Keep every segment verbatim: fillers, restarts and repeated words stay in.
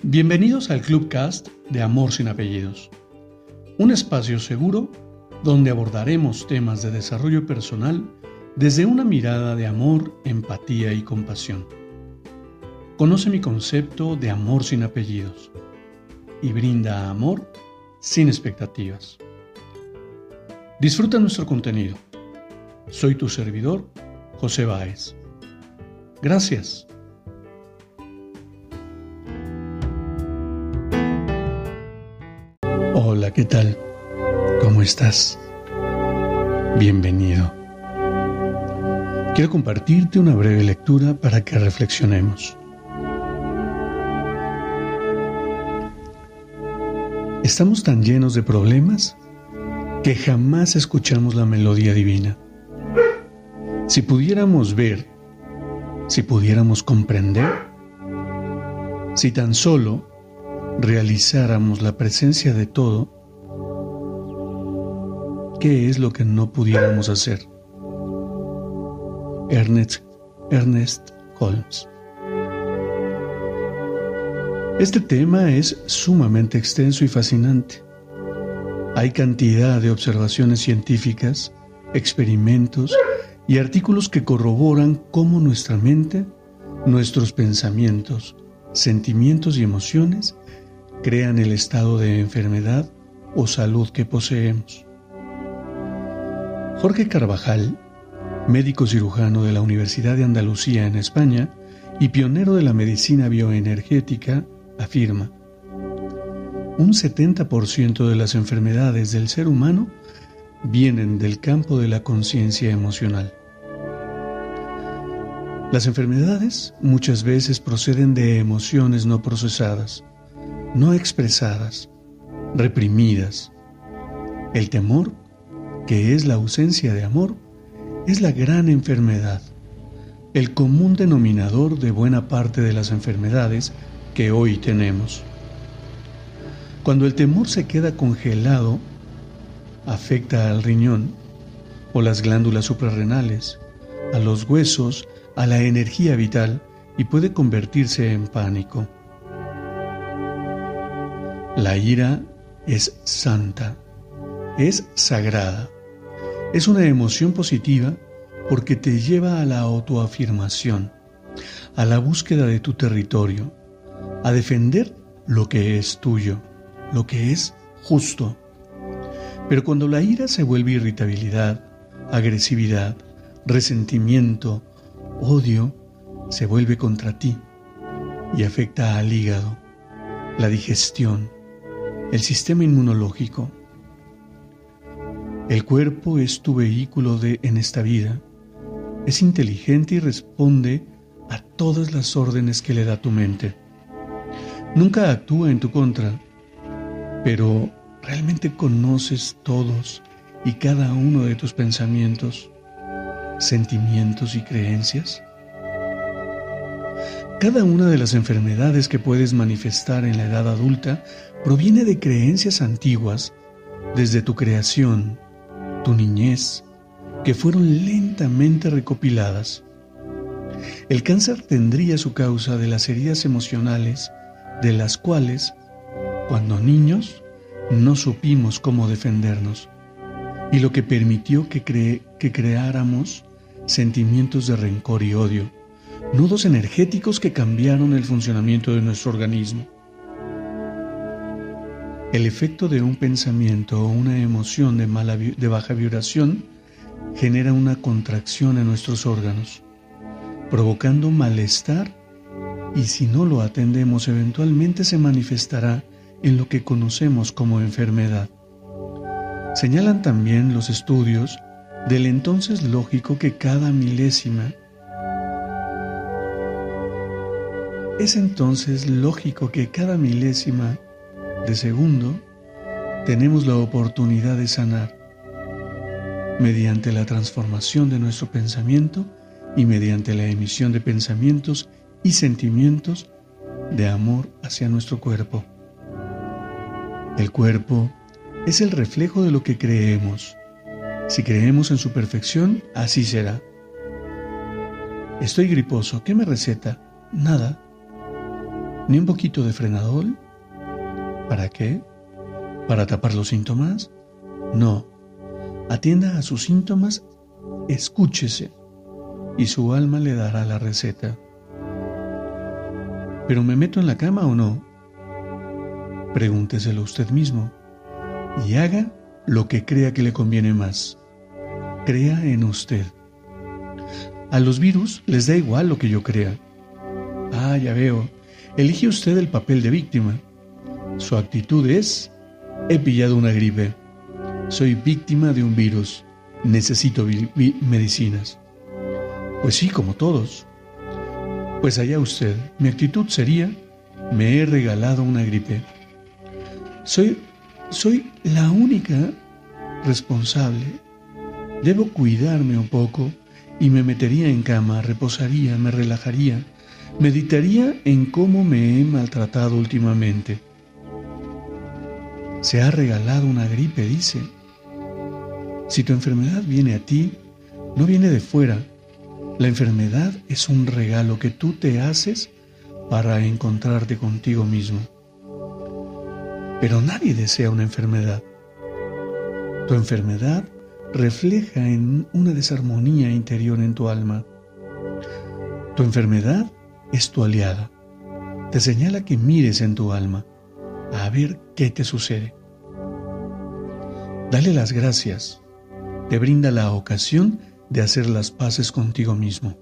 Bienvenidos al Clubcast de Amor sin Apellidos, un espacio seguro donde abordaremos temas de desarrollo personal desde una mirada de amor, empatía y compasión. Conoce mi concepto de amor sin apellidos y brinda amor sin expectativas. Disfruta nuestro contenido. Soy tu servidor, José Báez. Gracias. Hola, ¿qué tal? ¿Cómo estás? Bienvenido. Quiero compartirte una breve lectura para que reflexionemos. Estamos tan llenos de problemas que jamás escuchamos la melodía divina. Si pudiéramos ver, si pudiéramos comprender, si tan solo realizáramos la presencia de todo, ¿qué es lo que no pudiéramos hacer? Ernest, Ernest Holmes. Este tema es sumamente extenso y fascinante. Hay cantidad de observaciones científicas, experimentos y artículos que corroboran cómo nuestra mente, nuestros pensamientos, sentimientos y emociones crean el estado de enfermedad o salud que poseemos. Jorge Carvajal, médico cirujano de la Universidad de Andalucía en España y pionero de la medicina bioenergética, afirma: un setenta por ciento de las enfermedades del ser humano vienen del campo de la conciencia emocional. Las enfermedades muchas veces proceden de emociones no procesadas, no expresadas, reprimidas. El temor, que es la ausencia de amor, es la gran enfermedad, el común denominador de buena parte de las enfermedades que hoy tenemos. Cuando el temor se queda congelado, afecta al riñón o las glándulas suprarrenales, a los huesos, a la energía vital y puede convertirse en pánico. La ira es santa, es sagrada, es una emoción positiva porque te lleva a la autoafirmación, a la búsqueda de tu territorio, a defender lo que es tuyo, lo que es justo. Pero cuando la ira se vuelve irritabilidad, agresividad, resentimiento, odio, se vuelve contra ti y afecta al hígado, la digestión, el sistema inmunológico. El cuerpo es tu vehículo de, en esta vida. Es inteligente y responde a todas las órdenes que le da tu mente. Nunca actúa en tu contra, pero ¿realmente conoces todos y cada uno de tus pensamientos, sentimientos y creencias? Cada una de las enfermedades que puedes manifestar en la edad adulta proviene de creencias antiguas, desde tu creación, tu niñez, que fueron lentamente recopiladas. El cáncer tendría su causa de las heridas emocionales, de las cuales, cuando niños, no supimos cómo defendernos, y lo que permitió que, cre- que creáramos sentimientos de rencor y odio, nudos energéticos que cambiaron el funcionamiento de nuestro organismo. El efecto de un pensamiento o una emoción de, mala, de baja vibración genera una contracción en nuestros órganos, provocando malestar, y si no lo atendemos eventualmente se manifestará en lo que conocemos como enfermedad. Señalan también los estudios del entonces lógico que cada milésima Es entonces lógico que cada milésima de segundo tenemos la oportunidad de sanar mediante la transformación de nuestro pensamiento y mediante la emisión de pensamientos y sentimientos de amor hacia nuestro cuerpo. El cuerpo es el reflejo de lo que creemos. Si creemos en su perfección, así será. Estoy griposo, ¿qué me receta? Nada. ni un poquito de frenadol. ¿Para qué? ¿Para tapar los síntomas? No. Atienda a sus síntomas, escúchese, y su alma le dará la receta. ¿Pero me meto en la cama o no? Pregúnteselo usted mismo y haga lo que crea que le conviene más. Crea en usted. A los virus les da igual lo que yo crea. Ah, ya veo. Elige usted el papel de víctima. Su actitud es: he pillado una gripe. Soy víctima de un virus. Necesito vi- vi- medicinas. Pues sí, como todos. Pues allá usted. Mi actitud sería: me he regalado una gripe. Soy, soy la única responsable. Debo cuidarme un poco y me metería en cama, reposaría, me relajaría, meditaría en cómo me he maltratado últimamente. Se ha regalado una gripe, dice. Si tu enfermedad viene a ti, no viene de fuera. La enfermedad es un regalo que tú te haces para encontrarte contigo mismo. Pero nadie desea una enfermedad. Tu enfermedad refleja en una desarmonía interior en tu alma. Tu enfermedad es tu aliada. Te señala que mires en tu alma a ver qué te sucede. Dale las gracias. Te brinda la ocasión de hacer las paces contigo mismo.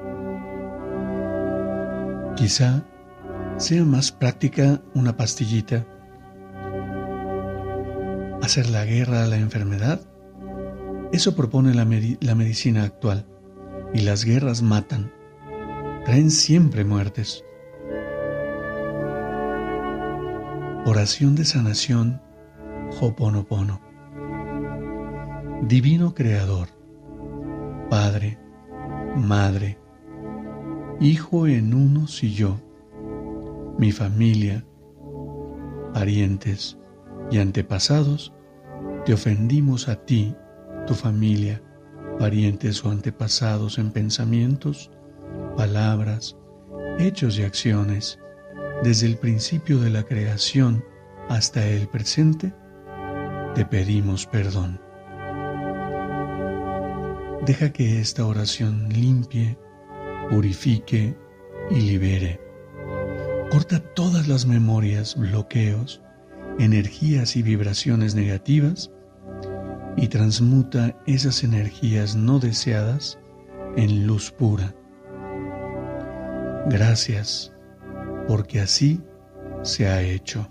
Quizá sea más práctica una pastillita. Hacer la guerra a la enfermedad, eso propone la, med- la medicina actual. Y las guerras matan, traen siempre muertes. Oración de sanación, Ho'oponopono. Divino Creador, Padre, Madre, Hijo en unos y yo, mi familia, parientes y antepasados, te ofendimos a ti, tu familia, parientes o antepasados en pensamientos, palabras, hechos y acciones, desde el principio de la creación hasta el presente, te pedimos perdón. Deja que esta oración limpie, purifique y libere. Corta todas las memorias, bloqueos, energías y vibraciones negativas y transmuta esas energías no deseadas en luz pura. Gracias, porque así se ha hecho.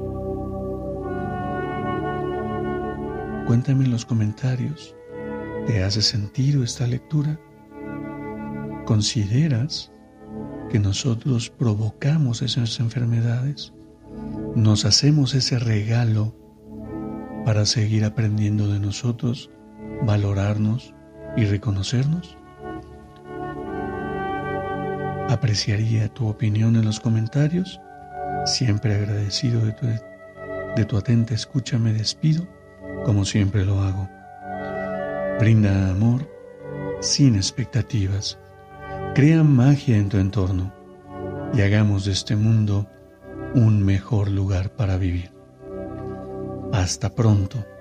Cuéntame en los comentarios, ¿te hace sentido esta lectura? ¿Consideras que nosotros provocamos esas enfermedades? ¿Nos hacemos ese regalo para seguir aprendiendo de nosotros, valorarnos y reconocernos? Apreciaría tu opinión en los comentarios. Siempre agradecido de tu, de tu atenta escucha, me despido, como siempre lo hago. Brinda amor sin expectativas. Crea magia en tu entorno y hagamos de este mundo un mejor lugar para vivir. Hasta pronto.